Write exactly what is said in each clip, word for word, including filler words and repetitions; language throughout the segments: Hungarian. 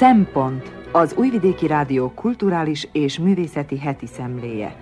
Szempont, az Újvidéki Rádió kulturális és művészeti heti szemléje.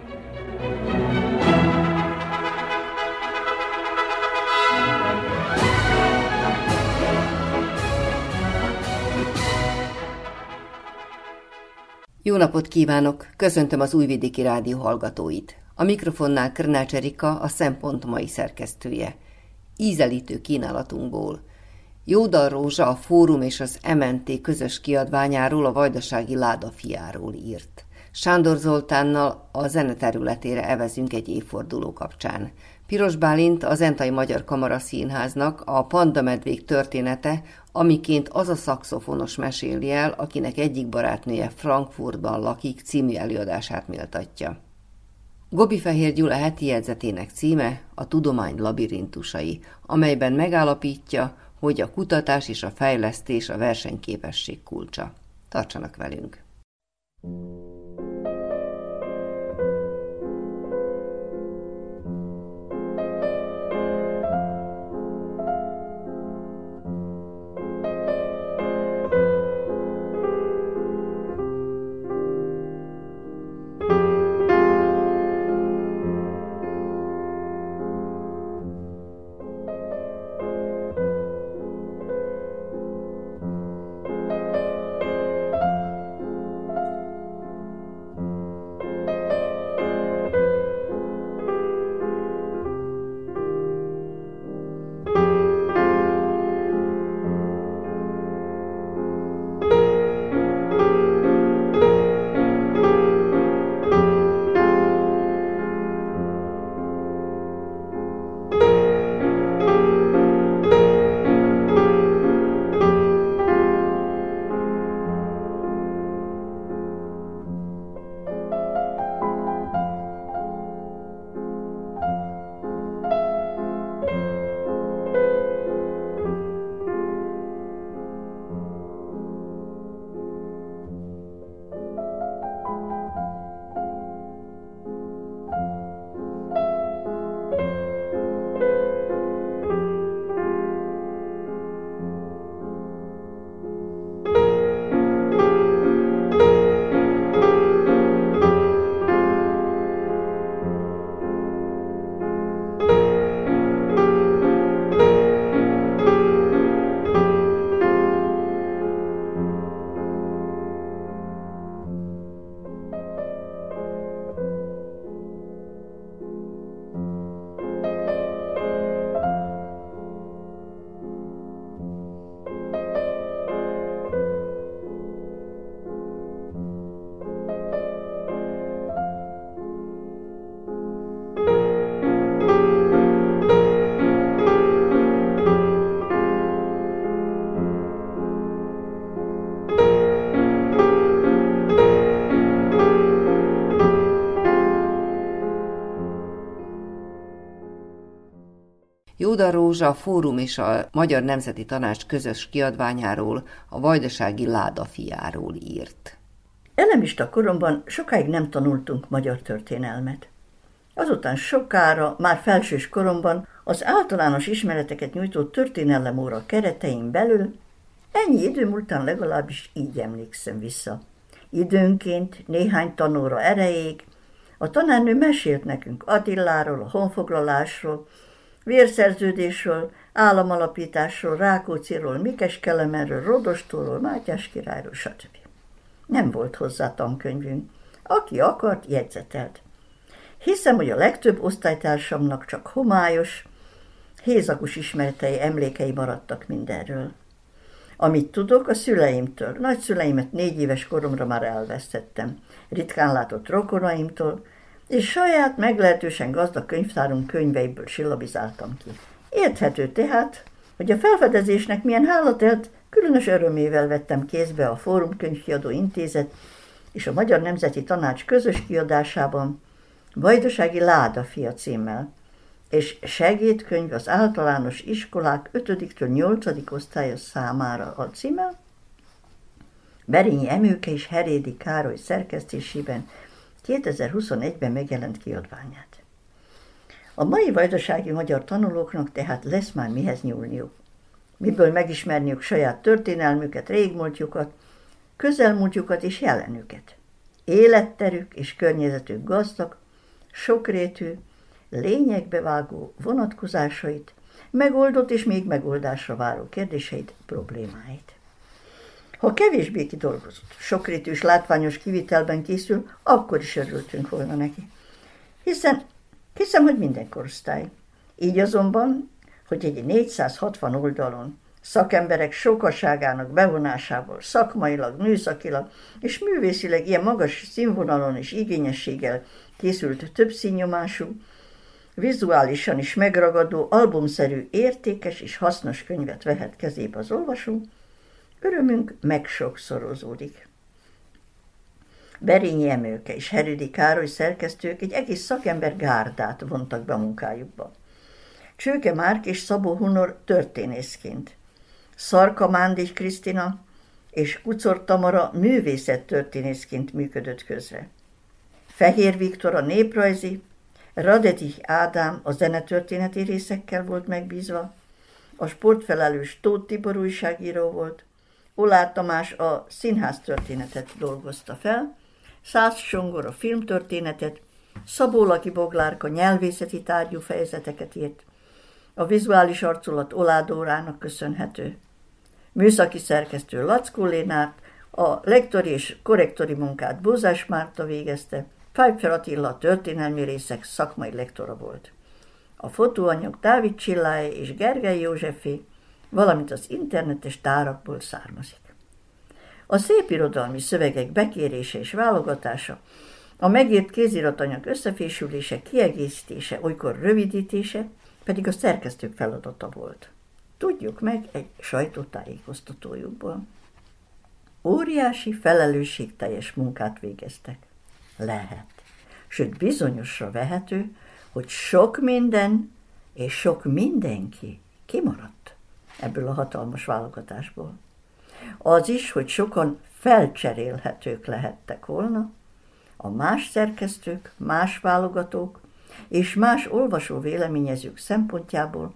Jó napot kívánok! Köszöntöm az Újvidéki Rádió hallgatóit. A mikrofonnál Krnács Erika, a Szempont mai szerkesztője. Ízelítő kínálatunkból. Jódar Rózsa a Fórum és az em en té közös kiadványáról, a Vajdasági Láda fiáról írt. Sándor Zoltánnal a zene területére evezünk egy évforduló kapcsán. Piros Bálint, a Zentai Magyar Kamara Színháznak a Pandamedvék története, amiként az a szaxofonos meséli el, akinek egyik barátnője Frankfurtban lakik, című előadását méltatja. Gobifehér Gyula heti jegyzetének címe a Tudomány labirintusai, amelyben megállapítja, hogy a kutatás és a fejlesztés a versenyképesség kulcsa. Tartsanak velünk! Jódar Rózsa a Fórum és a Magyar Nemzeti Tanács közös kiadványáról, a Vajdasági Láda fiáról írt. Elemista koromban sokáig nem tanultunk magyar történelmet. Azután sokára, már felsős koromban az általános ismereteket nyújtó történelemóra keretein belül, ennyi idő múltán legalábbis így emlékszem vissza. Időnként, néhány tanóra erejéig, a tanárnő mesélt nekünk Attiláról, a honfoglalásról, vérszerződésről, államalapításról, Rákócziról, Mikes Kelemenről, Rodostóról, Mátyás királyról, stb. Nem volt hozzá tankönyvünk. Aki akart, jegyzetelt. Hiszem, hogy a legtöbb osztálytársamnak csak homályos, hézagos ismeretei, emlékei maradtak mindenről. Amit tudok, a szüleimtől. Nagyszüleimet négy éves koromra már elvesztettem. Ritkán látott rokonaimtól, és saját meglehetősen gazdag könyvtárunk könyveiből sillabizáltam ki. Érthető tehát, hogy a felfedezésnek milyen hálatelt, különös örömével vettem kézbe a Fórum Könyvkiadó Intézet és a Magyar Nemzeti Tanács közös kiadásában Vajdasági Láda fia címmel, és segédkönyv az általános iskolák ötödiktől nyolcadik osztálya számára a címmel, Berényi Emőke és Herédi Károly szerkesztésében kétezer-huszonegyben megjelent kiadványát. A mai vajdasági magyar tanulóknak tehát lesz már mihez nyúlniuk. Miből megismerniük saját történelmüket, régmúltjukat, közelmúltjukat és jelenüket. Életterük és környezetük gazdag, sokrétű, lényegbevágó vonatkozásait, megoldott és még megoldásra váró kérdéseit, problémáit. Ha kevésbé kidolgozott, sokrétű és látványos kivitelben készül, akkor is örültünk volna neki. Hiszen hiszem, hogy minden korosztály. Így azonban, hogy egy négyszázhatvan oldalon szakemberek sokaságának bevonásával, szakmailag, műszakilag és művészileg ilyen magas színvonalon és igényességgel készült többszínnyomású, vizuálisan is megragadó, albumszerű, értékes és hasznos könyvet vehet kezébe az olvasó, örömünk megsokszorozódik. Berényi Emőke és Herüdi Károly szerkesztők egy egész szakember gárdát vontak be a munkájukba. Csőke Márk és Szabó Hunor történészként, Szarka Mándics Krisztina és Kuczor Tamara művészettörténészként működött közre. Fehér Viktor a néprajzi, Radetich Ádám a zenetörténeti részekkel volt megbízva, a sportfelelős Tóth Tibor újságíró volt, Oláh Tamás a színháztörténetet dolgozta fel, Szász Songor a filmtörténetet, Szabó Laki Boglárka nyelvészeti tárgyú fejezeteket írt, a vizuális arculat Oláh Dórának köszönhető. Műszaki szerkesztő Lackó Lénárt, a lektori és korrektori munkát Bózás Márta végezte, Pfeiffer Attila a történelmi részek szakmai lektora volt. A fotóanyag Dávid Csilláé és Gergely Józsefé, valamint az internetes tárakból származik. A szépirodalmi szövegek bekérése és válogatása, a megírt kéziratanyag összefésülése, kiegészítése, olykor rövidítése pedig a szerkesztők feladata volt. Tudjuk meg egy sajtótájékoztatójukból. Óriási felelősségteljes munkát végeztek. Lehet. Sőt, bizonyosra vehető, hogy sok minden és sok mindenki kimaradt ebből a hatalmas válogatásból. Az is, hogy sokan felcserélhetők lehettek volna, a más szerkesztők, más válogatók és más olvasó véleményezők szempontjából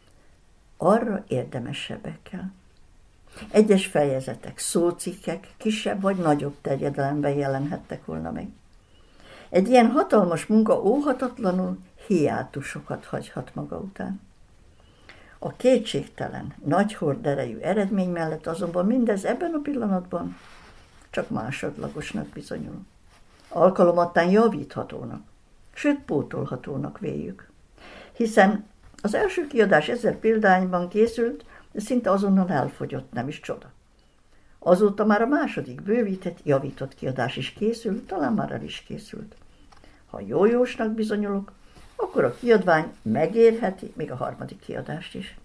arra érdemesebbekkel. Egyes fejezetek, szócikkek kisebb vagy nagyobb terjedelemben jelenhettek volna meg. Egy ilyen hatalmas munka óhatatlanul hiátusokat hagyhat maga után. A kétségtelen, nagy horderejű eredmény mellett azonban mindez ebben a pillanatban csak másodlagosnak bizonyul. Alkalomattán javíthatónak, sőt pótolhatónak véljük. Hiszen az első kiadás ezer példányban készült, de szinte azonnal elfogyott, nem is csoda. Azóta már a második bővített, javított kiadás is készült, talán már el is készült. Ha jójósnak bizonyulok, akkor a kiadvány megérheti még a harmadik kiadást is.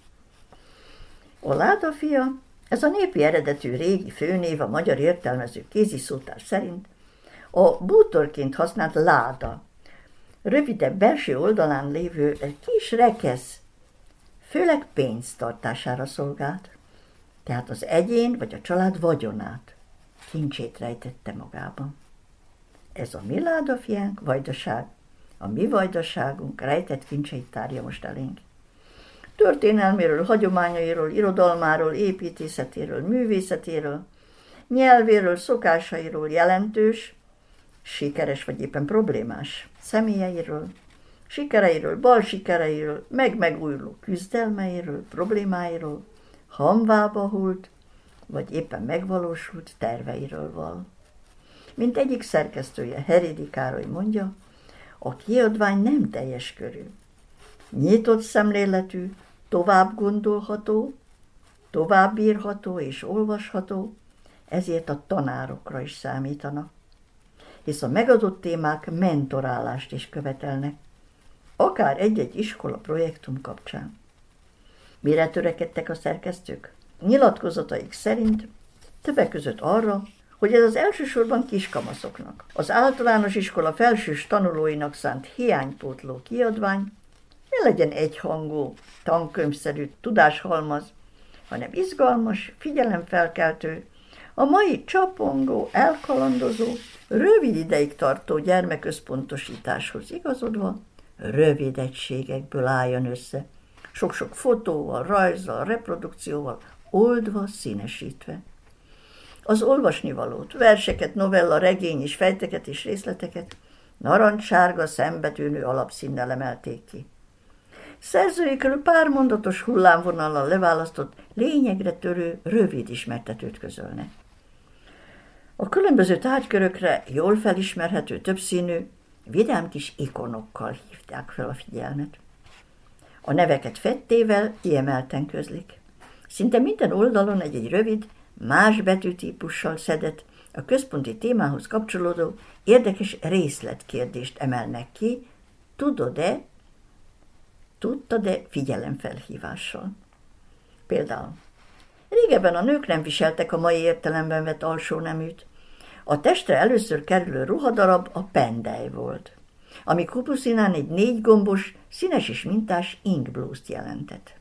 A Láda fia, ez a népi eredetű régi főnév a magyar értelmező kéziszótár szerint a bútorként használt láda, rövidebb belső oldalán lévő kis rekesz, főleg pénz tartására szolgált, tehát az egyén vagy a család vagyonát, kincsét rejtette magában. Ez a mi ládafiánk, vajdaság, a mi vajdaságunk rejtett kincseit tárja most elénk. Történelméről, hagyományairól, irodalmáról, építészetéről, művészetéről, nyelvéről, szokásairól jelentős, sikeres vagy éppen problémás személyeiről, sikereiről, bal sikereiről, meg-megújuló küzdelmeiről, problémáiról, hamvába hult, vagy éppen megvalósult terveiről val. Mint egyik szerkesztője, Herüdi Károly mondja, a kiadvány nem teljes körű. Nyitott szemléletű, tovább gondolható, tovább írható és olvasható, ezért a tanárokra is számítanak. Hisz a megadott témák mentorálást is követelnek, akár egy-egy iskola projektum kapcsán. Mire törekedtek a szerkesztők? Nyilatkozataik szerint többek között arra, hogy ez az elsősorban kiskamaszoknak, az általános iskola felsős tanulóinak szánt hiánypótló kiadvány ne legyen egyhangú, tankönyvszerű tudáshalmaz, hanem izgalmas, figyelemfelkeltő, a mai csapongó, elkalandozó, rövid ideig tartó gyermeközpontosításhoz igazodva, rövid egységekből álljon össze, sok-sok fotóval, rajzzal, reprodukcióval, oldva, színesítve. Az olvasnivalót, verseket, novella, regény és fejtegetés részleteket narancssárga szembetűnő alapszínnel emelték ki. Szerzői körül pár mondatos hullámvonallal leválasztott, lényegre törő, rövid ismertetőt közölnek. A különböző tárgykörökre jól felismerhető, többszínű, vidám kis ikonokkal hívták fel a figyelmet. A neveket fettével kiemelten közlik. Szinte minden oldalon egy-egy rövid, más betűtípussal szedett, a központi témához kapcsolódó érdekes részletkérdést emelnek ki, tudod-e, tudtad-e figyelemfelhívással. Például, régebben a nők nem viseltek a mai értelemben vett alsó neműt. A testre először kerülő ruhadarab a pendely volt, ami kupuszinán egy négy gombos, színes és mintás inkblúzt jelentett.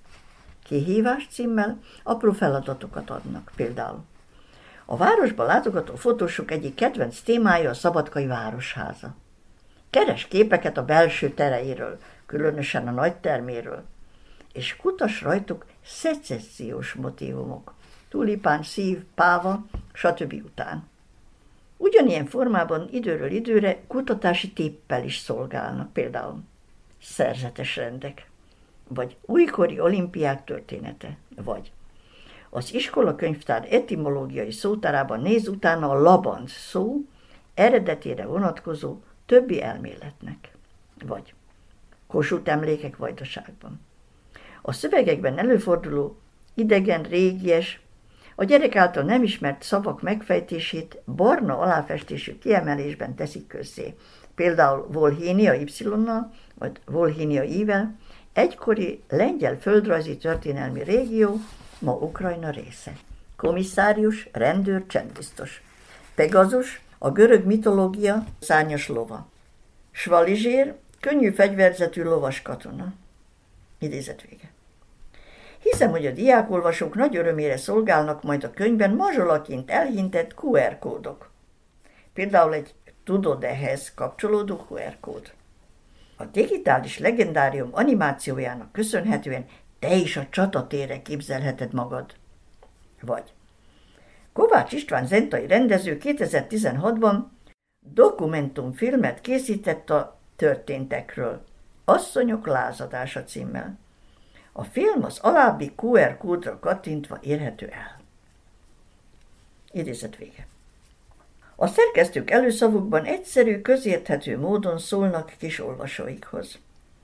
Kihívás címmel apró feladatokat adnak, például. A városba látogató fotósok egyik kedvenc témája a Szabadkai Városháza. Keres képeket a belső tereiről, különösen a nagyterméről, és kutass rajtuk szecessziós motívumok, tulipán, szív, páva, stb. Után. Ugyanilyen formában időről időre kutatási tippel is szolgálnak, például szerzetes rendek, vagy újkori olimpiák története, vagy az iskolakönyvtár etimológiai szótárában néz utána a labanc szó eredetére vonatkozó többi elméletnek, vagy Kossuth emlékek Vajdaságban. A szövegekben előforduló idegen, régies, a gyerek által nem ismert szavak megfejtését barna aláfestésű kiemelésben teszik közzé. Például Volhynia Y-nal, vagy Volhynia I-vel, egykori lengyel földrajzi történelmi régió, ma Ukrajna része. Komisszárius, rendőr, csendbiztos. Pegazus, a görög mitológia szárnyas lova. Svalizsér, könnyű fegyverzetű lovas katona. Idézet vége. Hiszem, hogy a diákolvasók nagy örömére szolgálnak majd a könyvben mazsolaként elhintett kú er kódok. Például egy tudod-ehez kapcsolódó kú er kód. A digitális legendárium animációjának köszönhetően te is a csatatérre képzelheted magad. Vagy Kovács István zentai rendező kétezer-tizenhatban dokumentumfilmet készített a történtekről, Asszonyok lázadása címmel. A film az alábbi kú er kódra kattintva érhető el. Idézet vége. A szerkesztők előszavukban egyszerű, közérthető módon szólnak kis olvasóikhoz.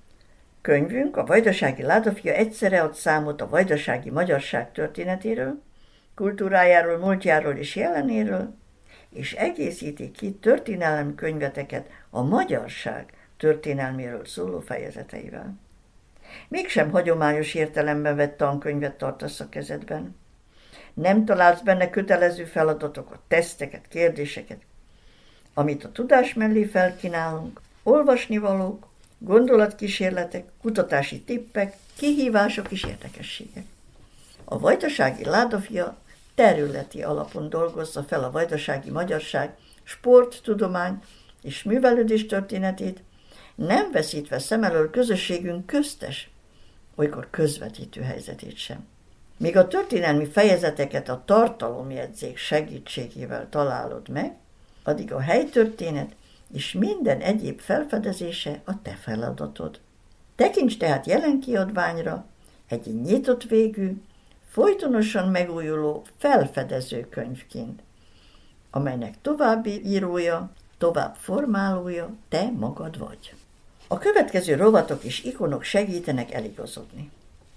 Könyvünk, a Vajdasági Ládafia egyszerre ad számot a vajdasági magyarság történetéről, kultúrájáról, múltjáról és jelenéről, és egészíti ki történelemkönyveteket a magyarság történelméről szóló fejezeteivel. Mégsem hagyományos értelemben vett tankönyvet tartasz a kezedben. Nem találsz benne kötelező feladatokat, teszteket, kérdéseket. Amit a tudás mellé felkínálunk, olvasnivalók, gondolatkísérletek, kutatási tippek, kihívások és érdekességek. A Vajdasági Ládafia területi alapon dolgozza fel a vajdasági magyarság sport, tudomány és művelődés történetét, nem veszítve szem elől közösségünk köztes, olykor közvetítő helyzetét sem. Míg a történelmi fejezeteket a tartalomjegyzék segítségével találod meg, addig a helytörténet és minden egyéb felfedezése a te feladatod. Tekints tehát jelen kiadványra egy nyitott végű, folytonosan megújuló felfedező könyvként, amelynek további írója, tovább formálója te magad vagy. A következő rovatok és ikonok segítenek eligazodni.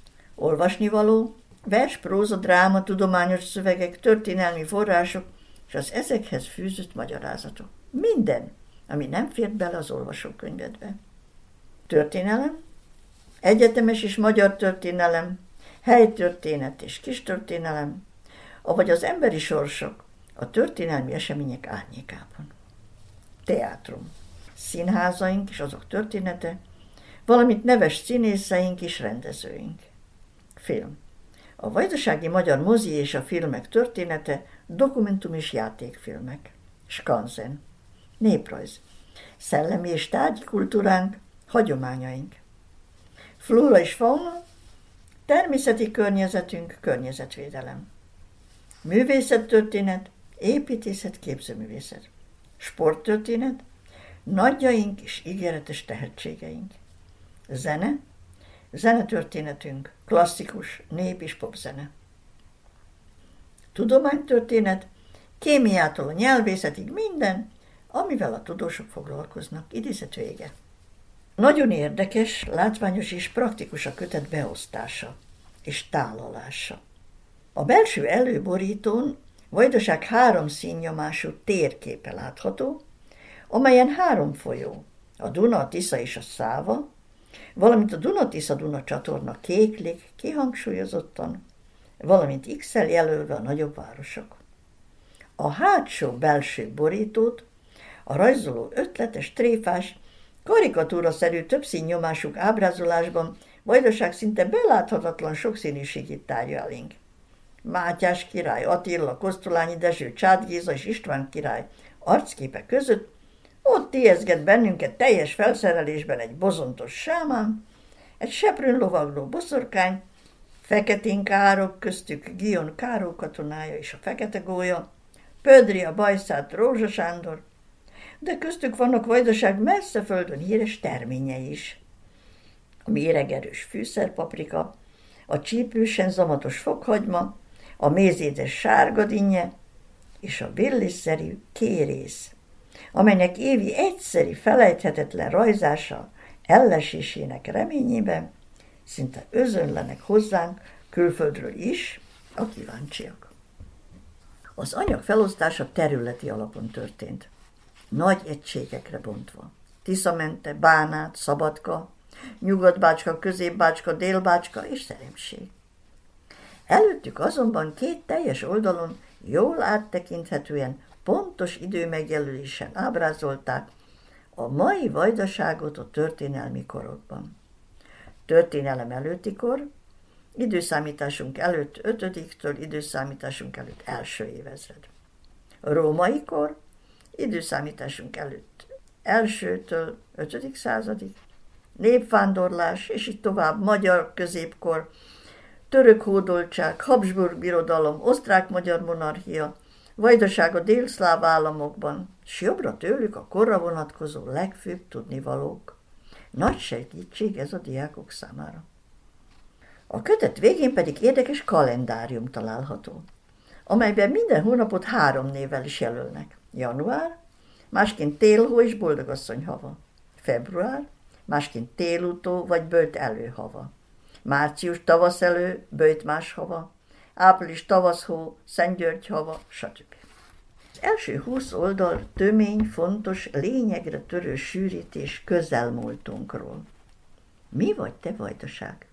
Olvasnivaló, vers, próza, dráma, tudományos szövegek, történelmi források és az ezekhez fűzött magyarázatok. Minden, ami nem fért bele az olvasókönyvedbe. Történelem, egyetemes és magyar történelem, helytörténet és kistörténelem, avagy az emberi sorsok a történelmi események árnyékában. Teátrum, színházaink és azok története, valamint neves színészeink és rendezőink. Film. A vajdasági magyar mozi és a filmek története, dokumentum és játékfilmek. Skanzen. Néprajz. Szellemi és tárgyi kultúránk, hagyományaink. Flóra és fauna, természeti környezetünk, környezetvédelem. művészettörténet, építészet, képzőművészet, sporttörténet, nagyjaink és ígéretes tehetségeink, zene, zenetörténetünk, klasszikus, nép- és popzene, tudománytörténet, kémiától a nyelvészetig minden, amivel a tudósok foglalkoznak, idézet vége. Nagyon érdekes, látványos és praktikus a kötet beosztása és tálalása. A belső előborítón Vajdaság három színnyomású térképe látható, amelyen három folyó, a Duna, a Tisza és a Száva, valamint a Duna-Tisza-Duna csatorna kéklik kihangsúlyozottan, valamint X-el jelölve a nagyobb városok. A hátsó belső borítót a rajzoló ötletes, tréfás, karikatúraszerű többszínnyomású ábrázolásban Vajdaság szinte beláthatatlan sokszínűségét tárja elénk. Mátyás király, Attila, Kosztolányi Dezső, Csád Géza és István király arcképe között ott ijeszget bennünket teljes felszerelésben egy bozontos sámán, egy seprőn lovagló boszorkány, feketén károk, köztük Gion Káró katonája és a fekete gólya, Pödri a Bajszát Rózsa Sándor, de köztük vannak Vajdaság messze földön híres terményei is. A méregerős fűszerpaprika, a csípősen zamatos fokhagyma, a mézédes sárgadinnye és a billisszerű kérész, amelynek évi egyszeri felejthetetlen rajzása ellesésének reményében szinte özönlenek hozzánk külföldről is a kíváncsiak. Az anyag felosztása területi alapon történt, nagy egységekre bontva. Tiszamente, Bánát, Szabadka, Nyugatbácska, Középbácska, Délbácska és Szeremség. Előttük azonban két teljes oldalon jól áttekinthetően pontos időmegjelölésen ábrázolták a mai Vajdaságot a történelmi korokban. Történelem előtti kor, időszámításunk előtt ötödiktől időszámításunk előtt első évezred. Római kor, időszámításunk előtt elsőtől ötödik századig, népvándorlás, és így tovább magyar középkor, török hódoltság, Habsburg birodalom, osztrák-magyar monarchia, Vajdaság a délszláv államokban, s jobbra tőlük a korra vonatkozó legfőbb tudnivalók. Nagy segítség ez a diákok számára. A kötet végén pedig érdekes kalendárium található, amelyben minden hónapot három névvel is jelölnek. Január, másként télhó és boldogasszony hava. Február, másként télutó vagy böjt előhava. Március tavasz elő, böjt más hava. Április tavaszhó, Szentgyörgy hava, stb. Az első húsz oldal tömény, fontos, lényegre törő sűrítés közelmúltunkról. Mi vagy te, Vajdaság?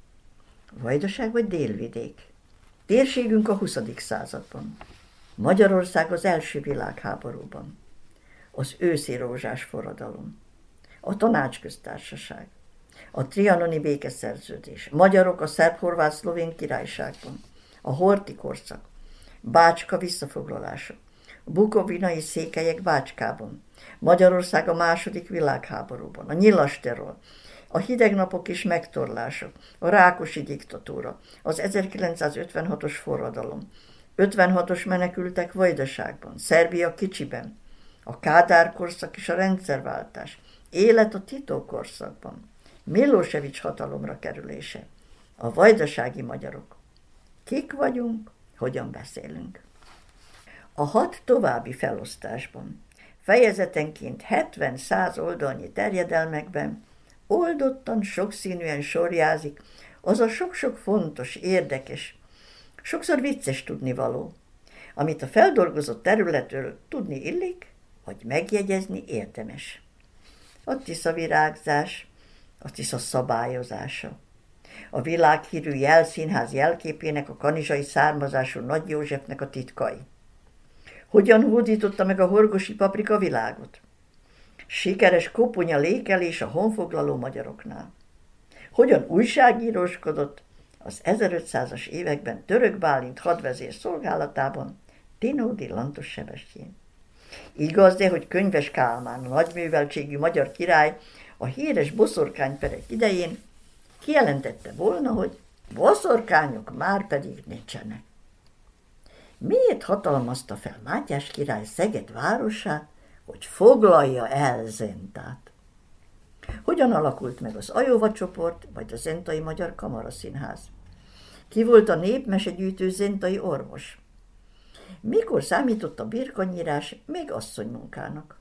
Vajdaság vagy Délvidék? Térségünk a huszadik században. Magyarország az első világháborúban. Az őszi rózsás forradalom. A tanácsköztársaság. A trianoni békeszerződés. Magyarok a szerb-horvát-szlovén királyságban. A horthy korszak. Bácska visszafoglalása. Bukovinai székelyek Bácskában. Magyarország a második világháborúban. A nyilasterol. A hideg napok és megtorlások. A Rákosi diktatúra. Az ezerkilencszázötvenhatos forradalom. ötvenhatos menekültek Vajdaságban. Szerbia kicsiben. A Kádár korszak és a rendszerváltás. Élet a Tito korszakban. Milosevic hatalomra kerülése. A vajdasági magyarok. Kik vagyunk, hogyan beszélünk. A hat további felosztásban, fejezetenként hetven-száz oldalnyi terjedelmekben oldottan, sokszínűen sorjázik az a sok-sok fontos, érdekes, sokszor vicces tudnivaló, amit a feldolgozott területről tudni illik, vagy megjegyezni érdemes. A Tisza virágzás, a Tisza szabályozása, a világhírű jelszínház jelképének, a kanizsai származású Nagy Józsefnek a titkai. Hogyan hódította meg a horgosi paprika világot? Sikeres koponya lékelés a honfoglaló magyaroknál. Hogyan újságíróskodott az ezerötszázas években Török Bálint hadvezér szolgálatában Tinódi Lantos Sebestyén. Igaz, de hogy Könyves Kálmán, a nagyműveltségű magyar király a híres boszorkányperek idején kijelentette volna, hogy boszorkányok már pedig nincsenek. Miért hatalmazta fel Mátyás király Szeged városát, hogy foglalja el Zentát? Hogyan alakult meg az Ajova csoport, vagy a Zentai Magyar Kamaraszínház? Ki volt a népmesegyűjtő zentai orvos? Mikor számított a birkanyírás még asszonymunkának?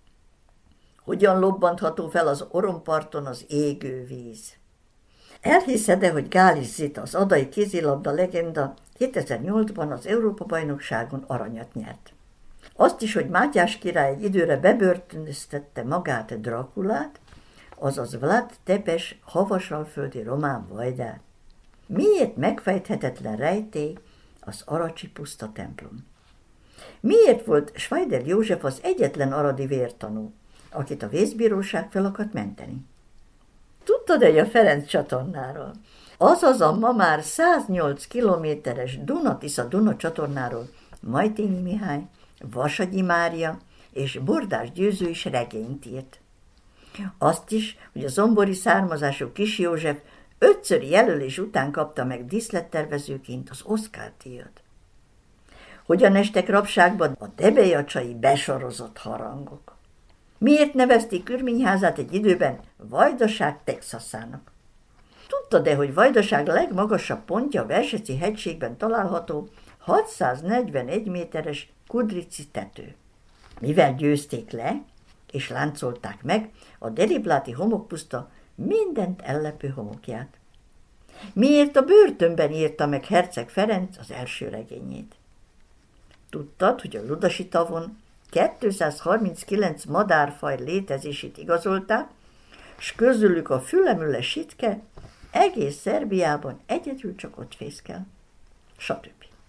Hogyan lobbantható fel az Oromparton az égő víz? Elhiszed-e, hogy Gális Zita, az adai kézilabda legenda kétezer-nyolcban az Európa-bajnokságon aranyat nyert? Azt is, hogy Mátyás király egy időre bebörtönöztette magát Drakulát, azaz Vlad Tepes havasalföldi román vajdát. Miért megfejthetetlen rejtély az aracsi puszta templom? Miért volt Schweider József az egyetlen aradi vértanú, akit a vészbíróság fel akart menteni? Tudtad-e a Ferenc csatornáról? Azaz a ma már száznyolc kilométeres Duna-Tisza-Duna csatornáról Majtényi Mihály, Vasagyi Mária és Bordás Győző is regényt írt. Azt is, hogy a zombori származású Kis József ötszöri jelölés után kapta meg díszlettervezőként az Oscar-díjat. Hogyan estek rabságban a debejacsai besorozott harangok? Miért nevezték Körményházát egy időben Vajdaság Texaszának? Tudtad-e, hogy Vajdaság legmagasabb pontja a Verseci hegységben található hatszáznegyvenegy méteres Kudrici tető? Mivel győzték le és láncolták meg a Delibláti homokpuszta mindent ellepő homokját? Miért a börtönben írta meg Herceg Ferenc az első regényét? Tudtad, hogy a Ludasi tavon kétszázharminckilenc madárfaj létezését igazolták, s közülük a fülemüle sitke egész Szerbiában egyedül csak ott fészkel, stb.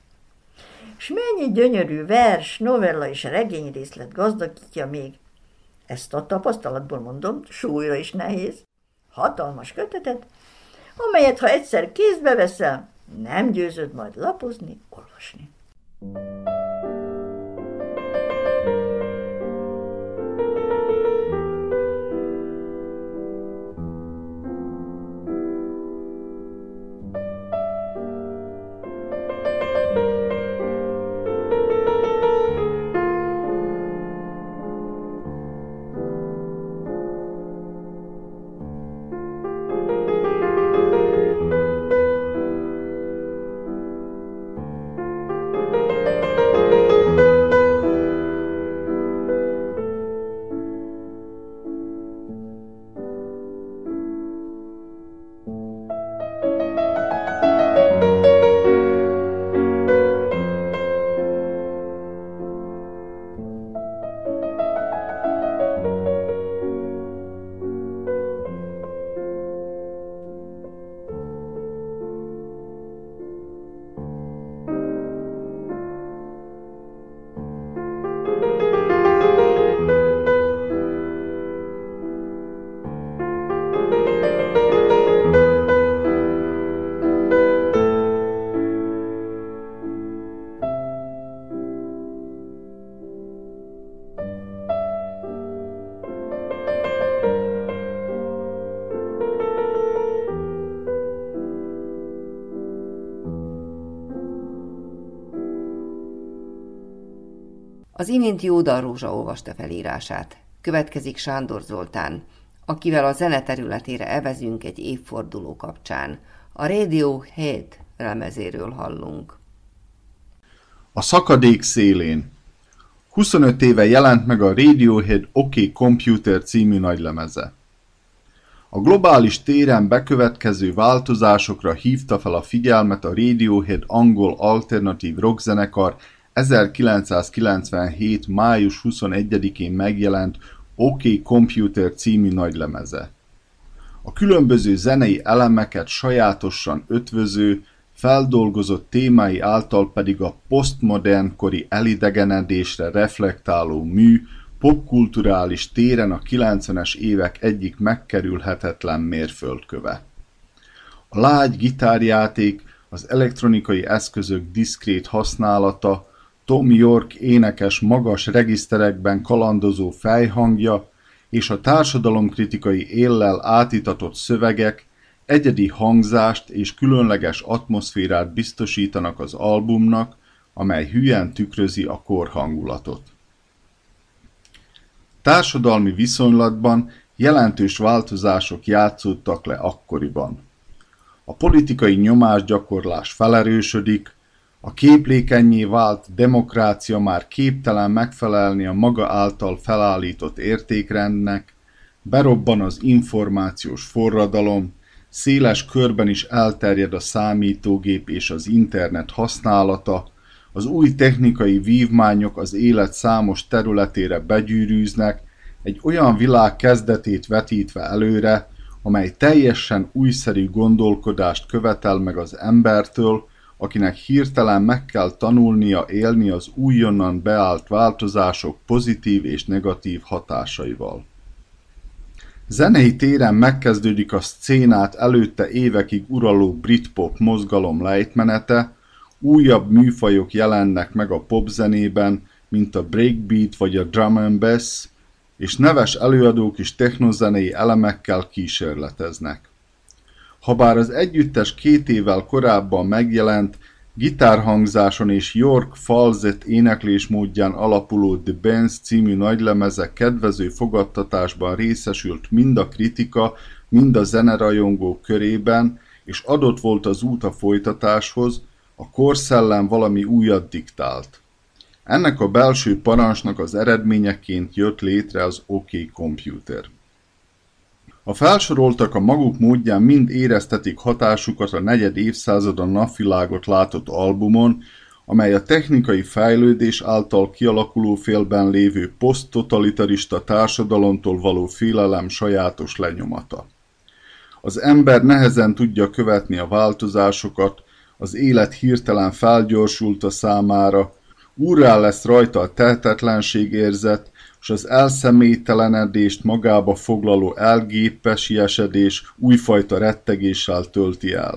S mennyi gyönyörű vers, novella és regényrészlet gazdagítja még, ezt a tapasztalatból mondom, súlyra is nehéz, hatalmas kötetet, amelyet ha egyszer kézbe veszel, nem győzöd majd lapozni, olvasni. Az imént Jódar Rózsa olvasta felírását. Következik Sándor Zoltán, akivel a zene területére evezünk egy évforduló kapcsán. A Radiohead lemezéről hallunk. A szakadék szélén. huszonöt éve jelent meg a Radiohead OK Computer című nagylemeze. A globális téren bekövetkező változásokra hívta fel a figyelmet a Radiohead angol alternatív rockzenekar ezerkilencszázkilencvenhét. május huszonegyedikén megjelent OK Computer című nagylemeze. A különböző zenei elemeket sajátosan ötvöző, feldolgozott témái által pedig a posztmodern kori elidegenedésre reflektáló mű popkulturális téren a kilencvenes évek egyik megkerülhetetlen mérföldköve. A lágy gitárjáték, az elektronikai eszközök diszkrét használata, Tom York énekes magas regiszterekben kalandozó fejhangja és a társadalomkritikai éllel átitatott szövegek egyedi hangzást és különleges atmoszférát biztosítanak az albumnak, amely hülyen tükrözi a kor hangulatot. Társadalmi viszonylatban jelentős változások játszódtak le akkoriban. A politikai nyomásgyakorlás felerősödik, a képlékennyé vált demokrácia már képtelen megfelelni a maga által felállított értékrendnek, berobban az információs forradalom, széles körben is elterjed a számítógép és az internet használata, az új technikai vívmányok az élet számos területére begyűrűznek, egy olyan világ kezdetét vetítve előre, amely teljesen újszerű gondolkodást követel meg az embertől, akinek hirtelen meg kell tanulnia élni az újonnan beállt változások pozitív és negatív hatásaival. Zenei téren megkezdődik a szcénát előtte évekig uraló britpop mozgalom lejtmenete, újabb műfajok jelennek meg a popzenében, mint a breakbeat vagy a drum and bass, és neves előadók is technozenei elemekkel kísérleteznek. Habár az együttes két évvel korábban megjelent, gitárhangzáson és York falzett éneklésmódján alapuló The Bands című nagylemeze kedvező fogadtatásban részesült mind a kritika, mind a zenerajongók körében, és adott volt az út a folytatáshoz, a korszellem valami újat diktált. Ennek a belső parancsnak az eredményeként jött létre az OK Computer. A felsoroltak a maguk módján mind éreztetik hatásukat a negyed évszázada napvilágot látott albumon, amely a technikai fejlődés által kialakuló félben lévő poszttotalitarista társadalomtól való félelem sajátos lenyomata. Az ember nehezen tudja követni a változásokat, az élet hirtelen felgyorsult a számára, úrrá lesz rajta a tehetetlenség érzet, és az elszemélytelenedést magába foglaló elgépesiesedés újfajta rettegéssel tölti el.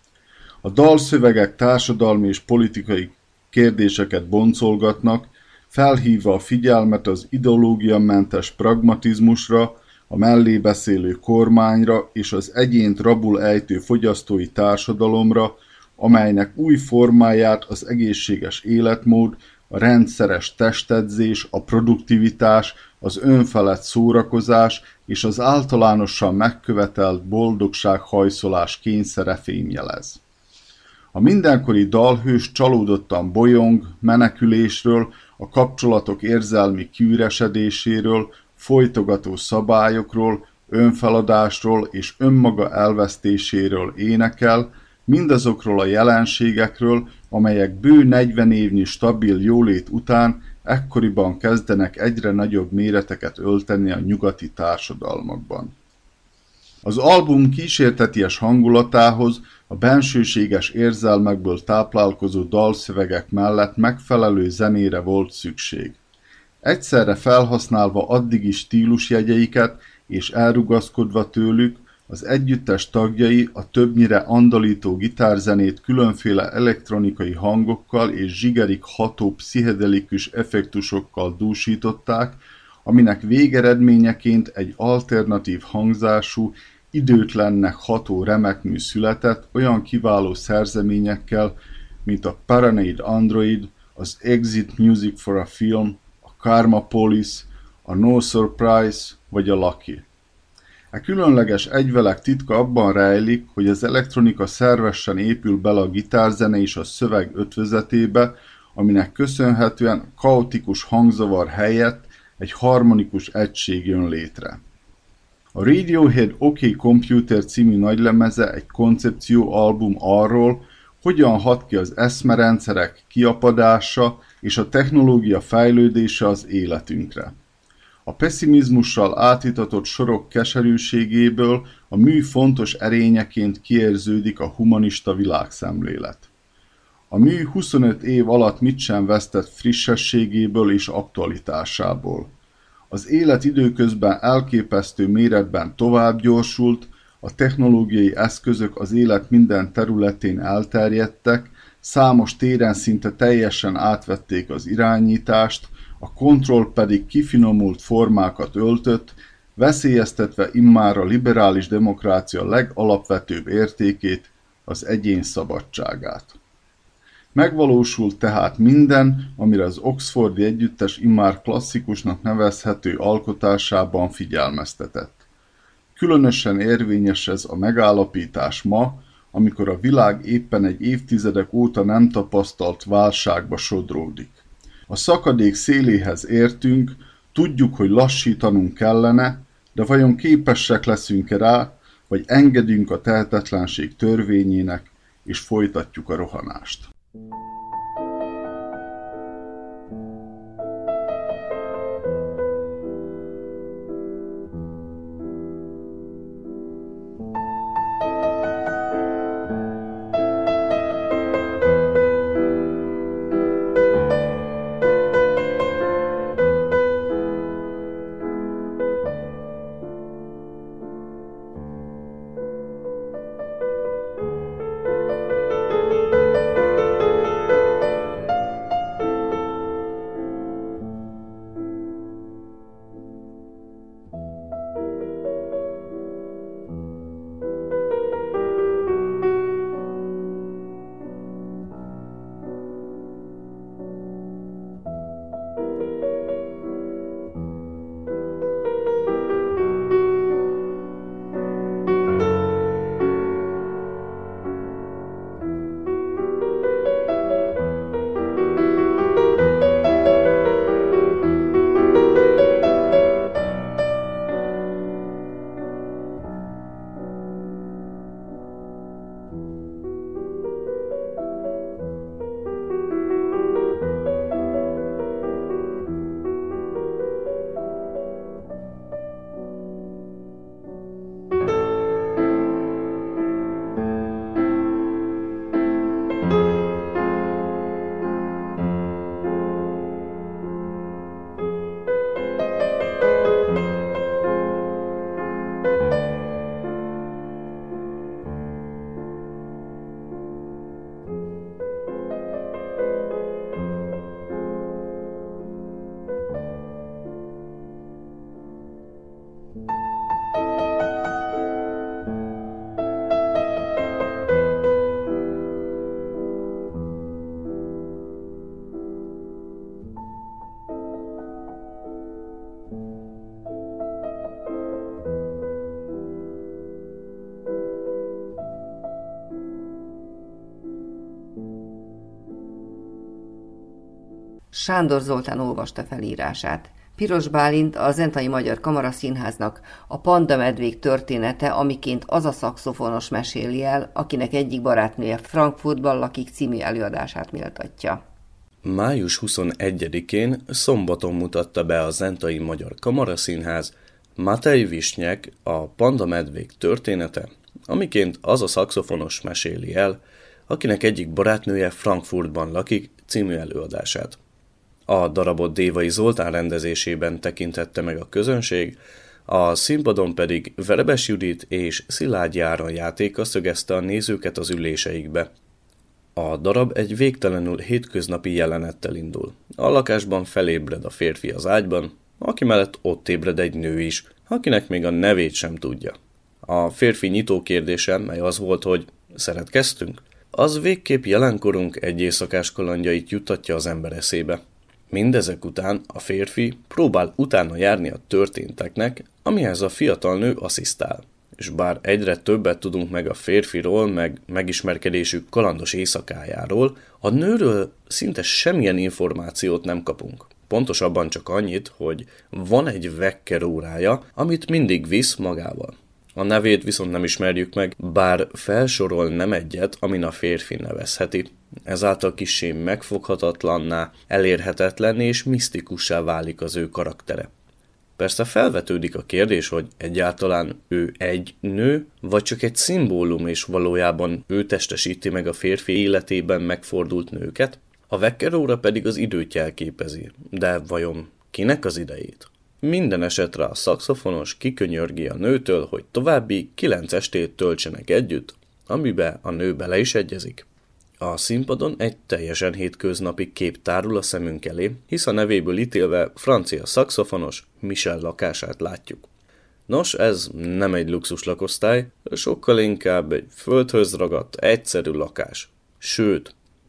A dalszövegek társadalmi és politikai kérdéseket boncolgatnak, felhívva a figyelmet az ideológiamentes pragmatizmusra, a mellébeszélő kormányra és az egyént rabul ejtő fogyasztói társadalomra, amelynek új formáját az egészséges életmód, a rendszeres testedzés, a produktivitás, az önfelett szórakozás és az általánosan megkövetelt boldogsághajszolás kényszere fémjelez. A mindenkori dalhős csalódottan bolyong, menekülésről, a kapcsolatok érzelmi kiüresedéséről, folytogató szabályokról, önfeladásról és önmaga elvesztéséről énekel, mindazokról a jelenségekről, amelyek bő negyven évnyi stabil jólét után ekkoriban kezdenek egyre nagyobb méreteket ölteni a nyugati társadalmakban. Az album kísérteties hangulatához a bensőséges érzelmekből táplálkozó dalszövegek mellett megfelelő zenére volt szükség. Egyszerre felhasználva addigi stílusjegyeiket és elrugaszkodva tőlük, az együttes tagjai a többnyire andalító gitárzenét különféle elektronikai hangokkal és zsigerig ható pszichedelikus effektusokkal dúsították, aminek végeredményeként egy alternatív hangzású, időtlennek ható remekmű született olyan kiváló szerzeményekkel, mint a Paranoid Android, az Exit Music for a Film, a Karma Police, a No Surprise vagy a Lucky. A különleges egyvelek titka abban rejlik, hogy az elektronika szervesen épül bele a gitárzene és a szöveg ötvözetébe, aminek köszönhetően kaotikus hangzavar helyett egy harmonikus egység jön létre. A Radiohead OK Computer című nagylemeze egy koncepcióalbum arról, hogyan hat ki az eszmerendszerek kiapadása és a technológia fejlődése az életünkre. A pessimizmussal átitatott sorok keserűségéből a mű fontos erényeként kiérződik a humanista világszemlélet. A mű huszonöt év alatt mit sem vesztett frissességéből és aktualitásából. Az élet időközben elképesztő méretben tovább gyorsult, a technológiai eszközök az élet minden területén elterjedtek, számos téren szinte teljesen átvették az irányítást, a kontroll pedig kifinomult formákat öltött, veszélyeztetve immár a liberális demokrácia legalapvetőbb értékét, az egyén szabadságát. Megvalósult tehát minden, amire az Oxfordi együttes immár klasszikusnak nevezhető alkotásában figyelmeztetett. Különösen érvényes ez a megállapítás ma, amikor a világ éppen egy évtizedek óta nem tapasztalt válságba sodródik. A szakadék széléhez értünk, tudjuk, hogy lassítanunk kellene, de vajon képesek leszünk-e rá, vagy engedünk a tehetetlenség törvényének, és folytatjuk a rohanást. Sándor Zoltán olvasta felírását. Piros Bálint, a Zentai Magyar Kamaraszínháznak a Panda medvék története, amiként az a szaxofonos meséli el, akinek egyik barátnője Frankfurtban lakik című előadását méltatja. május huszonegyedikén szombaton mutatta be a Zentai Magyar Kamaraszínház Matej Visnyek a Panda medvék története, amiként az a szaxofonos meséli el, akinek egyik barátnője Frankfurtban lakik című előadását. A darabot Dévai Zoltán rendezésében tekintette meg a közönség, a színpadon pedig Verebes Judit és Szilágyi Áron játéka szögezte a nézőket az üléseikbe. A darab egy végtelenül hétköznapi jelenettel indul. A lakásban felébred a férfi az ágyban, aki mellett ott ébred egy nő is, akinek még a nevét sem tudja. A férfi nyitó kérdése, mely az volt, hogy szeretkeztünk, az végképp jelenkorunk egy éjszakás kalandjait juttatja az ember eszébe. Mindezek után a férfi próbál utána járni a történteknek, amihez a fiatal nő asszisztál. És bár egyre többet tudunk meg a férfiról, meg megismerkedésük kalandos éjszakájáról, a nőről szinte semmilyen információt nem kapunk. Pontosabban csak annyit, hogy van egy wecker órája, amit mindig visz magával. A nevét viszont nem ismerjük meg, bár felsorol nem egyet, amin a férfi nevezheti. Ezáltal kissé megfoghatatlanná, elérhetetlenné és misztikussá válik az ő karaktere. Persze felvetődik a kérdés, hogy egyáltalán ő egy nő, vagy csak egy szimbólum, és valójában ő testesíti meg a férfi életében megfordult nőket? A wecker óra pedig az időt jelképezi, de vajon kinek az idejét? Minden esetre a szaxofonos kikönyörgi a nőtől, hogy további kilenc estét töltsenek együtt, amibe a nő bele is egyezik. A színpadon egy teljesen hétköznapi kép tárul a szemünk elé, hisz a nevéből ítélve francia szaxofonos Michel lakását látjuk. Nos, ez nem egy luxus lakosztály, sokkal inkább egy földhöz ragadt, egyszerű lakás. Sőt,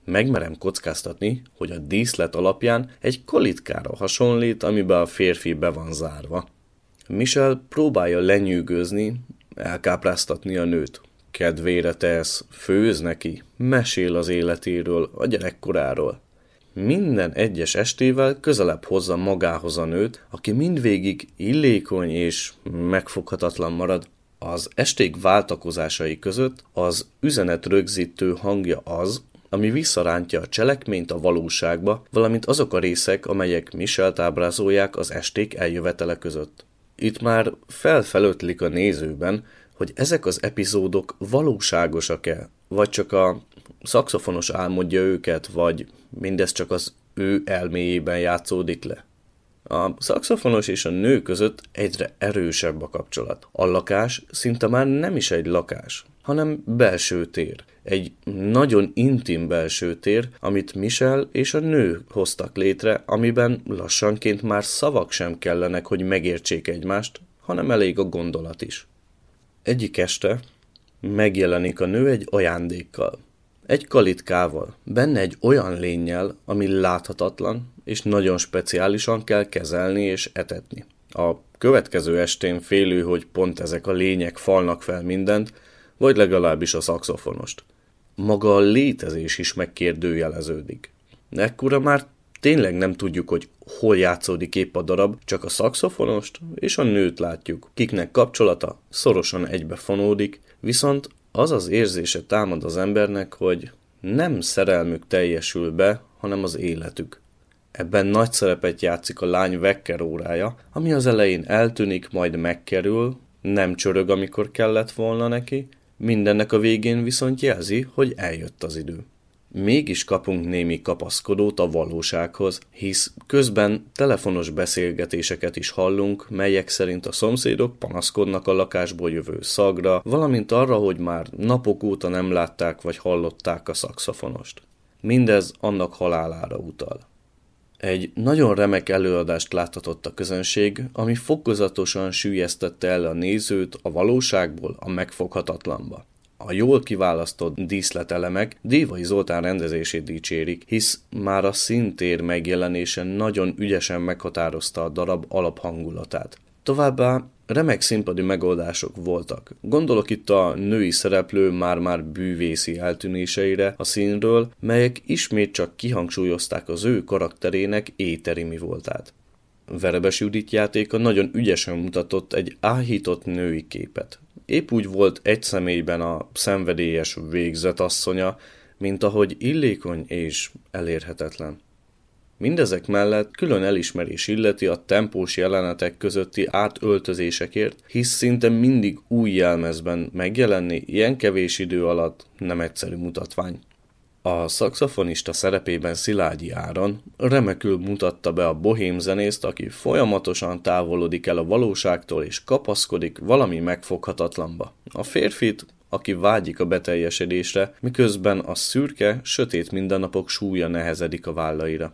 Megmerem kockáztatni, hogy a díszlet alapján egy kalitkára hasonlít, amiben a férfi be van zárva. Michel próbálja lenyűgözni, elkápráztatni a nőt. Kedvére tesz, főz neki, mesél az életéről, a gyerekkoráról. Minden egyes estével közelebb hozza magához a nőt, aki mindvégig illékony és megfoghatatlan marad. Az esték váltakozásai között az üzenet rögzítő hangja az, ami visszarántja a cselekményt a valóságba, valamint azok a részek, amelyek Michelt ábrázolják az esték eljövetele között. Itt már felfelötlik a nézőben, hogy ezek az epizódok valóságosak-e, vagy csak a szaxofonos álmodja őket, vagy mindez csak az ő elméjében játszódik le. A szaxofonos és a nő között egyre erősebb a kapcsolat. A lakás szinte már nem is egy lakás, hanem belső tér. Egy nagyon intim belső tér, amit Michel és a nő hoztak létre, amiben lassanként már szavak sem kellenek, hogy megértsék egymást, hanem elég a gondolat is. Egyik este megjelenik a nő egy ajándékkal. Egy kalitkával, benne egy olyan lénnyel, ami láthatatlan, és nagyon speciálisan kell kezelni és etetni. A következő estén félő, hogy pont ezek a lények falnak fel mindent, vagy legalábbis a szaxofonost. Maga a létezés is megkérdőjeleződik. Ekkora már tényleg nem tudjuk, hogy hol játszódik épp a darab, csak a szaxofonost és a nőt látjuk, kiknek kapcsolata szorosan egybefonódik, viszont az az érzése támad az embernek, hogy nem szerelmük teljesül be, hanem az életük. Ebben nagy szerepet játszik a lány wecker órája, ami az elején eltűnik, majd megkerül, nem csörög, amikor kellett volna neki, mindennek a végén viszont jelzi, hogy eljött az idő. Mégis kapunk némi kapaszkodót a valósághoz, hisz közben telefonos beszélgetéseket is hallunk, melyek szerint a szomszédok panaszkodnak a lakásból jövő szagra, valamint arra, hogy már napok óta nem látták vagy hallották a szaxofonost. Mindez annak halálára utal. Egy nagyon remek előadást láthatott a közönség, ami fokozatosan süllyesztette el a nézőt a valóságból a megfoghatatlanba. A jól kiválasztott díszletelemek Dévai Zoltán rendezését dicsérik, hisz már a színtér megjelenése nagyon ügyesen meghatározta a darab alaphangulatát. Továbbá remek színpadi megoldások voltak. Gondolok itt a női szereplő már-már bűvészi eltűnéseire a színről, melyek ismét csak kihangsúlyozták az ő karakterének éteri mi voltát. Verebes Judit játéka nagyon ügyesen mutatott egy áhított női képet. Épp úgy volt egy személyben a szenvedélyes végzetasszonya, mint ahogy illékony és elérhetetlen. Mindezek mellett külön elismerés illeti a tempós jelenetek közötti átöltözésekért, hisz szinte mindig új jelmezben megjelenni ilyen kevés idő alatt nem egyszerű mutatvány. A szaxofonista szerepében Szilágyi Áron remekül mutatta be a bohém zenészt, aki folyamatosan távolodik el a valóságtól és kapaszkodik valami megfoghatatlanba. A férfit, aki vágyik a beteljesedésre, miközben a szürke, sötét mindennapok súlya nehezedik a vállaira.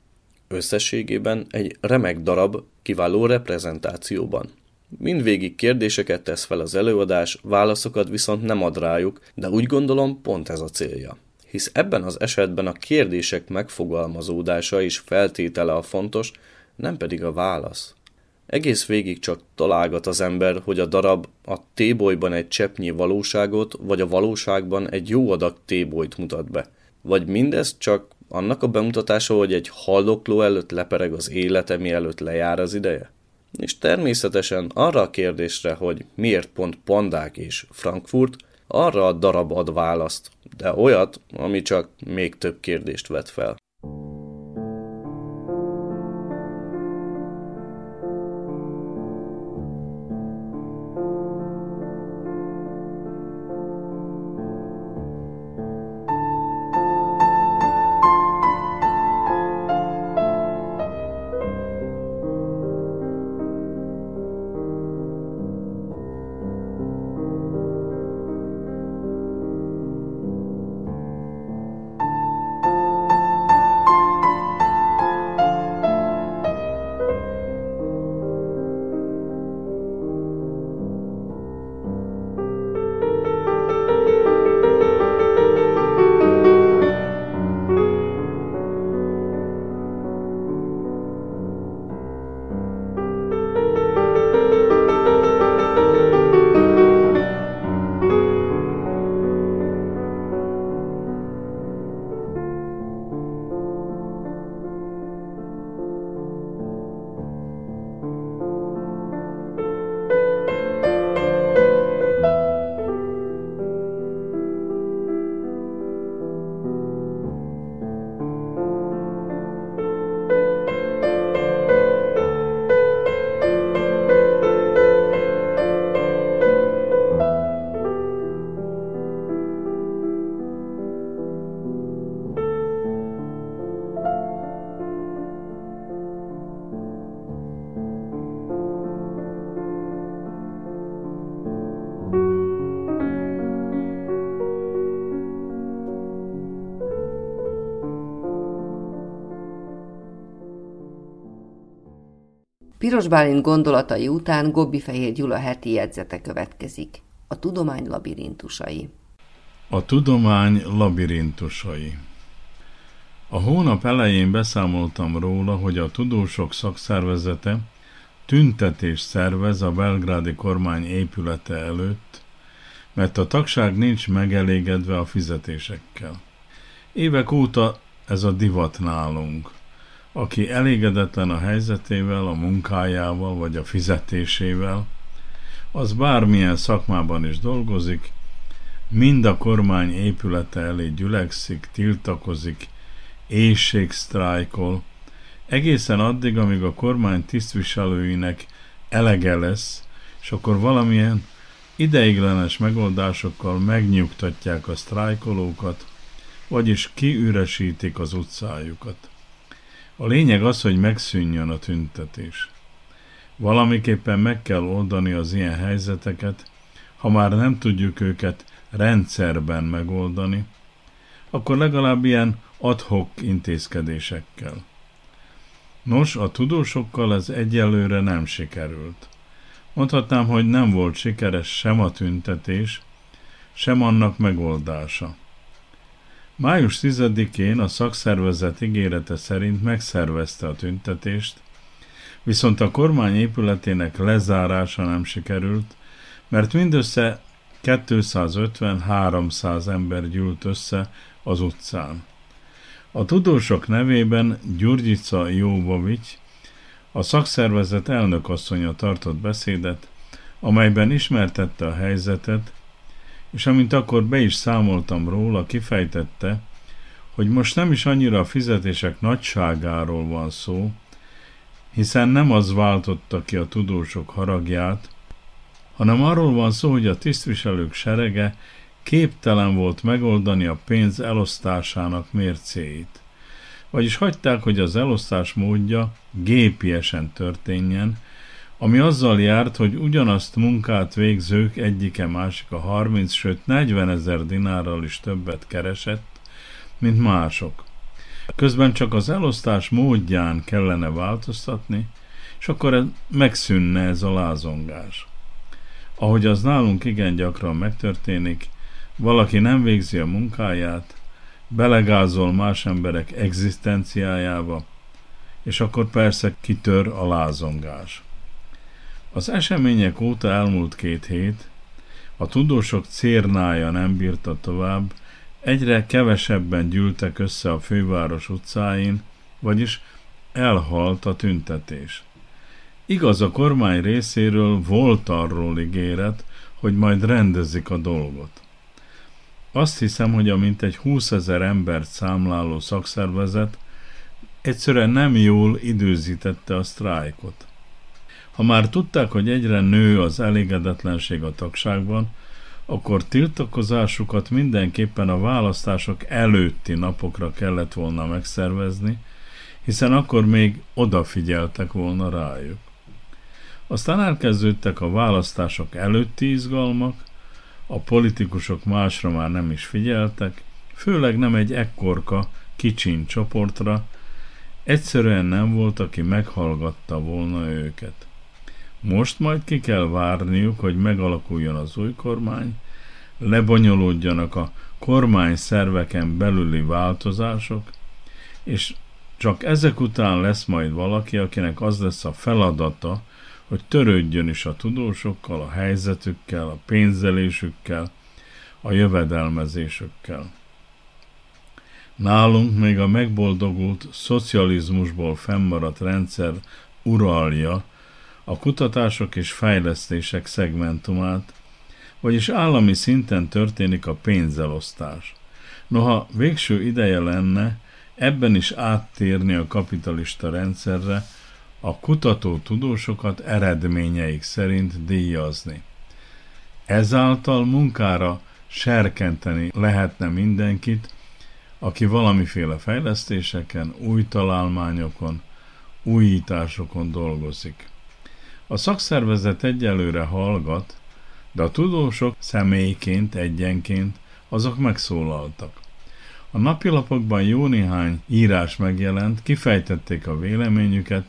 Összességében egy remek darab, kiváló reprezentációban. Mindvégig kérdéseket tesz fel az előadás, válaszokat viszont nem ad rájuk, de úgy gondolom pont ez a célja. Hisz ebben az esetben a kérdések megfogalmazódása is feltétele a fontos, nem pedig a válasz. Egész végig csak találgat az ember, hogy a darab a tébolyban egy cseppnyi valóságot, vagy a valóságban egy jó adag tébolyt mutat be. Vagy mindez csak annak a bemutatása, hogy egy haldokló előtt lepereg az élete, mielőtt lejár az ideje? És természetesen arra a kérdésre, hogy miért pont Pandák és Frankfurt, arra a darab ad választ, de olyat, ami csak még több kérdést vet fel. Piros Bálint gondolatai után Gobbi-Fehér Gyula heti jegyzete következik. A tudomány labirintusai. A tudomány labirintusai. A hónap elején beszámoltam róla, hogy a tudósok szakszervezete tüntetést szervez a belgrádi kormány épülete előtt, mert a tagság nincs megelégedve a fizetésekkel. Évek óta ez a divat nálunk. Aki elégedetlen a helyzetével, a munkájával vagy a fizetésével, az bármilyen szakmában is dolgozik, mind a kormány épülete elé gyülekszik, tiltakozik, éhségsztrájkol, egészen addig, amíg a kormány tisztviselőinek elege lesz, és akkor valamilyen ideiglenes megoldásokkal megnyugtatják a sztrájkolókat, vagyis kiüresítik az utcájukat. A lényeg az, hogy megszűnjön a tüntetés. Valamiképpen meg kell oldani az ilyen helyzeteket, ha már nem tudjuk őket rendszerben megoldani, akkor legalább ilyen ad hoc intézkedésekkel. Nos, a tudósokkal ez egyelőre nem sikerült. Mondhatnám, hogy nem volt sikeres sem a tüntetés, sem annak megoldása. május tizedikén a szakszervezet ígérete szerint megszervezte a tüntetést, viszont a kormány épületének lezárása nem sikerült, mert mindössze kétszázötven-háromszáz ember gyűlt össze az utcán. A tudósok nevében Gyurgyica Jóvovics, a szakszervezet elnökasszonya tartott beszédet, amelyben ismertette a helyzetet, és amint akkor be is számoltam róla, kifejtette, hogy most nem is annyira a fizetések nagyságáról van szó, hiszen nem az váltotta ki a tudósok haragját, hanem arról van szó, hogy a tisztviselők serege képtelen volt megoldani a pénz elosztásának mércéit. Vagyis hagyták, hogy az elosztás módja gépiesen történjen, ami azzal járt, hogy ugyanazt munkát végzők egyike másika harminc, sőt negyven ezer dinárral is többet keresett, mint mások. Közben csak az elosztás módján kellene változtatni, és akkor megszűnne ez a lázongás. Ahogy az nálunk igen gyakran megtörténik, valaki nem végzi a munkáját, belegázol más emberek egzisztenciájába, és akkor persze kitör a lázongás. Az események óta elmúlt két hét, a tudósok cérnája nem bírta tovább, egyre kevesebben gyűltek össze a főváros utcáin, vagyis elhalt a tüntetés. Igaz, a kormány részéről volt arról ígéret, hogy majd rendezik a dolgot. Azt hiszem, hogy a mintegy húszezer embert számláló szakszervezet egyszerűen nem jól időzítette a sztrájkot. Ha már tudták, hogy egyre nő az elégedetlenség a tagságban, akkor tiltakozásukat mindenképpen a választások előtti napokra kellett volna megszervezni, hiszen akkor még odafigyeltek volna rájuk. Aztán elkezdődtek a választások előtti izgalmak, a politikusok másra már nem is figyeltek, főleg nem egy ekkorka, kicsiny csoportra, egyszerűen nem volt, aki meghallgatta volna őket. Most majd ki kell várniuk, hogy megalakuljon az új kormány, lebonyolódjanak a kormány szerveken belüli változások, és csak ezek után lesz majd valaki, akinek az lesz a feladata, hogy törődjön is a tudósokkal, a helyzetükkel, a pénzelésükkel, a jövedelmezésükkel. Nálunk még a megboldogult szocializmusból fennmaradt rendszer uralja a kutatások és fejlesztések szegmentumát, vagyis állami szinten történik a pénzelosztás. Noha végső ideje lenne ebben is áttérni a kapitalista rendszerre, a kutató tudósokat eredményeik szerint díjazni. Ezáltal munkára serkenteni lehetne mindenkit, aki valamiféle fejlesztéseken, új találmányokon, újításokon dolgozik. A szakszervezet egyelőre hallgat, de a tudósok személyként, egyenként azok megszólaltak. A napilapokban jó néhány írás megjelent, kifejtették a véleményüket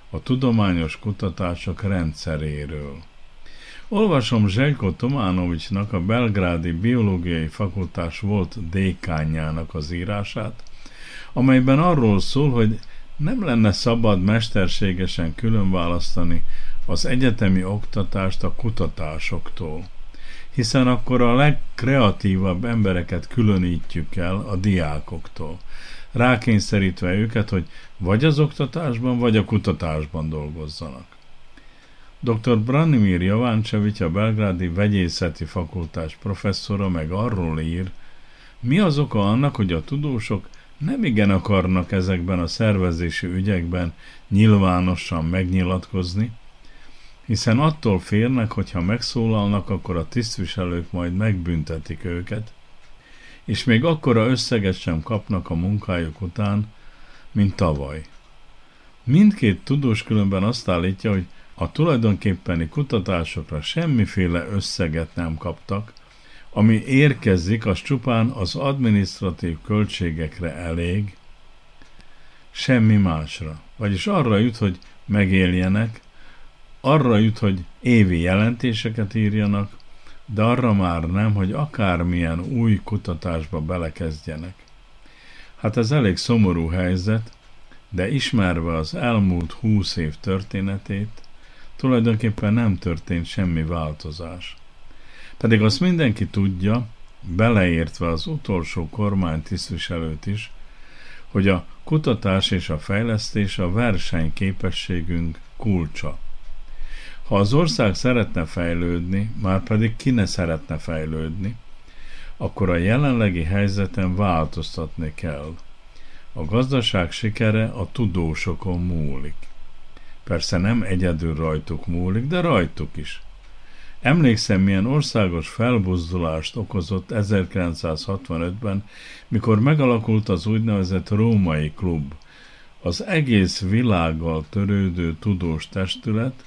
a tudományos kutatások rendszeréről. Olvasom Željko Tománovicsnak, a belgrádi biológiai fakultás volt dékánjának az írását, amelyben arról szól, hogy nem lenne szabad mesterségesen különválasztani az egyetemi oktatást a kutatásoktól, hiszen akkor a legkreatívabb embereket különítjük el a diákoktól, rákényszerítve őket, hogy vagy az oktatásban, vagy a kutatásban dolgozzanak. doktor Branimir Jovančević, a belgrádi vegyészeti fakultás professzora meg arról ír, mi az oka annak, hogy a tudósok nem igen akarnak ezekben a szervezési ügyekben nyilvánosan megnyilatkozni, hiszen attól félnek, hogy ha megszólalnak, akkor a tisztviselők majd megbüntetik őket, és még akkora összeget sem kapnak a munkájuk után, mint tavaly. Mindkét tudós különben azt állítja, hogy a tulajdonképpeni kutatásokra semmiféle összeget nem kaptak, ami érkezik, az csupán az adminisztratív költségekre elég, semmi másra. Vagyis arra jut, hogy megéljenek, arra jut, hogy évi jelentéseket írjanak, de arra már nem, hogy akármilyen új kutatásba belekezdjenek. Hát ez elég szomorú helyzet, de ismerve az elmúlt húsz év történetét, tulajdonképpen nem történt semmi változás. Pedig azt mindenki tudja, beleértve az utolsó kormánytisztviselőt is, hogy a kutatás és a fejlesztés a versenyképességünk kulcsa. Ha az ország szeretne fejlődni, már pedig ki ne szeretne fejlődni, akkor a jelenlegi helyzeten változtatni kell. A gazdaság sikere a tudósokon múlik. Persze nem egyedül rajtuk múlik, de rajtuk is. Emlékszem, milyen országos felbuzdulást okozott ezerkilencszázhatvanötben, mikor megalakult az úgynevezett Római Klub, az egész világgal törődő tudós testület,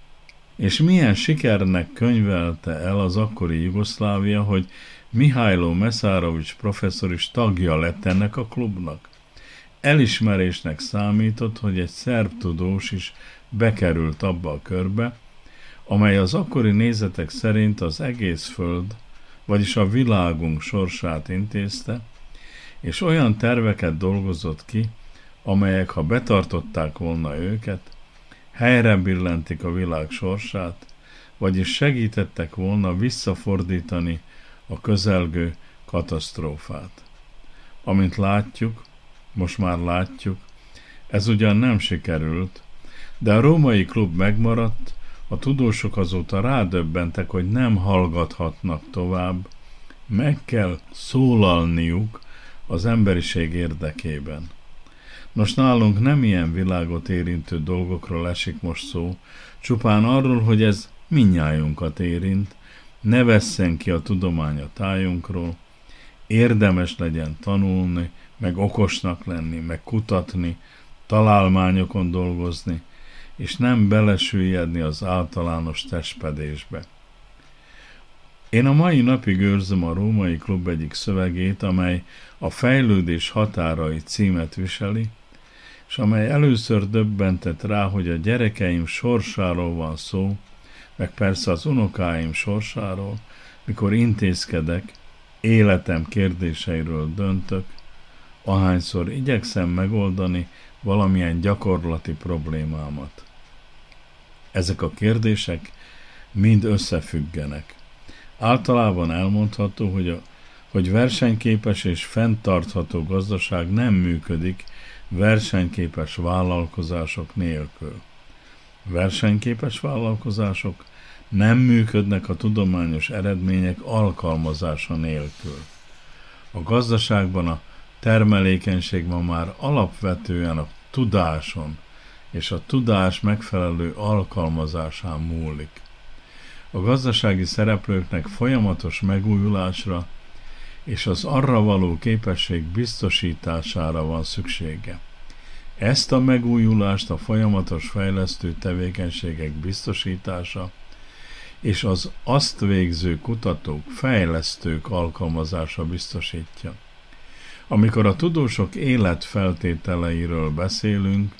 és milyen sikernek könyvelte el az akkori Jugoszlávia, hogy Mihailo Mesárovics professzor is tagja lett ennek a klubnak. Elismerésnek számított, hogy egy szerb tudós is bekerült abba a körbe, amely az akkori nézetek szerint az egész föld, vagyis a világunk sorsát intézte, és olyan terveket dolgozott ki, amelyek, ha betartották volna őket, helyre billentik a világ sorsát, vagyis segítettek volna visszafordítani a közelgő katasztrófát. Amint látjuk, most már látjuk, ez ugyan nem sikerült, de a Római Klub megmaradt, a tudósok azóta rádöbbentek, hogy nem hallgathatnak tovább, meg kell szólalniuk az emberiség érdekében. Nos, nálunk nem ilyen világot érintő dolgokról esik most szó, csupán arról, hogy ez mindnyájunkat érint, ne vesszen ki a tudomány a tájunkról, érdemes legyen tanulni, meg okosnak lenni, meg kutatni, találmányokon dolgozni, és nem belesüllyedni az általános testpedésbe. Én a mai napig őrzöm a Római Klub egyik szövegét, amely a fejlődés határai címet viseli, és amely először döbbentett rá, hogy a gyerekeim sorsáról van szó, meg persze az unokáim sorsáról, mikor intézkedek, életem kérdéseiről döntök, ahányszor igyekszem megoldani valamilyen gyakorlati problémámat. Ezek a kérdések mind összefüggenek. Általában elmondható, hogy, a, hogy versenyképes és fenntartható gazdaság nem működik versenyképes vállalkozások nélkül. Versenyképes vállalkozások nem működnek a tudományos eredmények alkalmazása nélkül. A gazdaságban a termelékenység ma már alapvetően a tudáson és a tudás megfelelő alkalmazásán múlik. A gazdasági szereplőknek folyamatos megújulásra és az arra való képesség biztosítására van szüksége. Ezt a megújulást a folyamatos fejlesztő tevékenységek biztosítása és az azt végző kutatók, fejlesztők alkalmazása biztosítja. Amikor a tudósok életfeltételeiről beszélünk,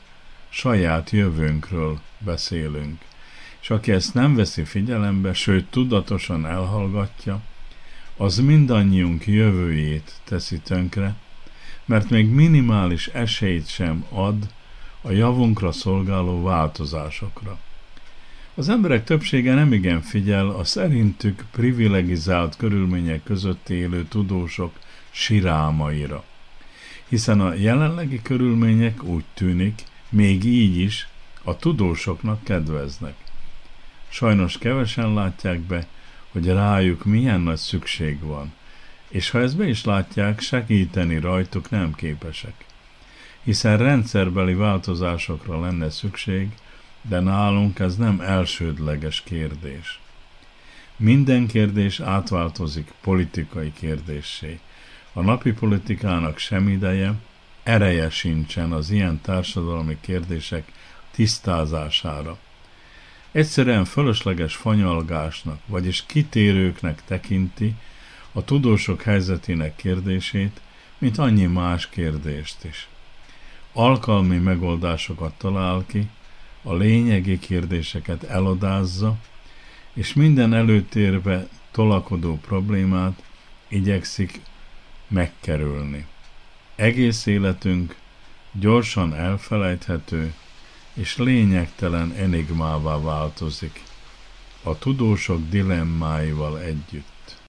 saját jövőnkről beszélünk. És aki ezt nem veszi figyelembe, sőt tudatosan elhallgatja, az mindannyiunk jövőjét teszi tönkre, mert még minimális esélyt sem ad a javunkra szolgáló változásokra. Az emberek többsége nemigen figyel a szerintük privilegizált körülmények között élő tudósok sirámaira, hiszen a jelenlegi körülmények úgy tűnik, még így is a tudósoknak kedveznek. Sajnos kevesen látják be, hogy rájuk milyen nagy szükség van, és ha ezt be is látják, segíteni rajtuk nem képesek. Hiszen rendszerbeli változásokra lenne szükség, de nálunk ez nem elsődleges kérdés. Minden kérdés átváltozik politikai kérdéssé. A napi politikának sem ideje, ereje sincsen az ilyen társadalmi kérdések tisztázására. Egyszerűen fölösleges fanyalgásnak, vagyis kitérőknek tekinti a tudósok helyzetének kérdését, mint annyi más kérdést is. Alkalmi megoldásokat talál ki, a lényegi kérdéseket elodázza, és minden előtérbe tolakodó problémát igyekszik megkerülni. Egész életünk gyorsan elfelejthető és lényegtelen enigmává változik, a tudósok dilemmáival együtt.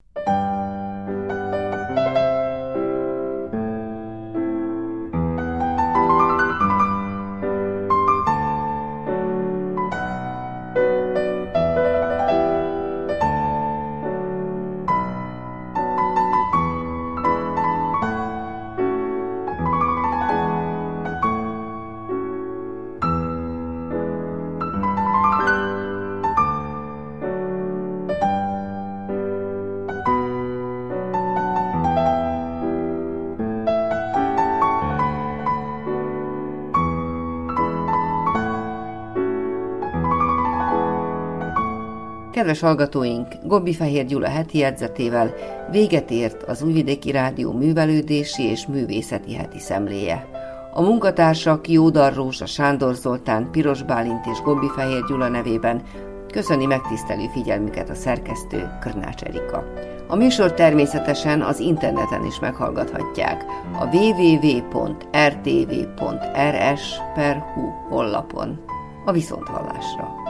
Kedves hallgatóink, Gobbi-Fehér Gyula heti jegyzetével véget ért az Újvidéki Rádió művelődési és művészeti heti szemléje. A munkatársak Jódar Rózsa, Sándor Zoltán, Piros Bálint és Gobbi-Fehér Gyula nevében köszöni megtisztelő figyelmüket a szerkesztő, Krnács Erika. A műsor természetesen az interneten is meghallgathatják a double-u double-u double-u pont r t v pont r s pont h u honlapon. A viszonthallásra!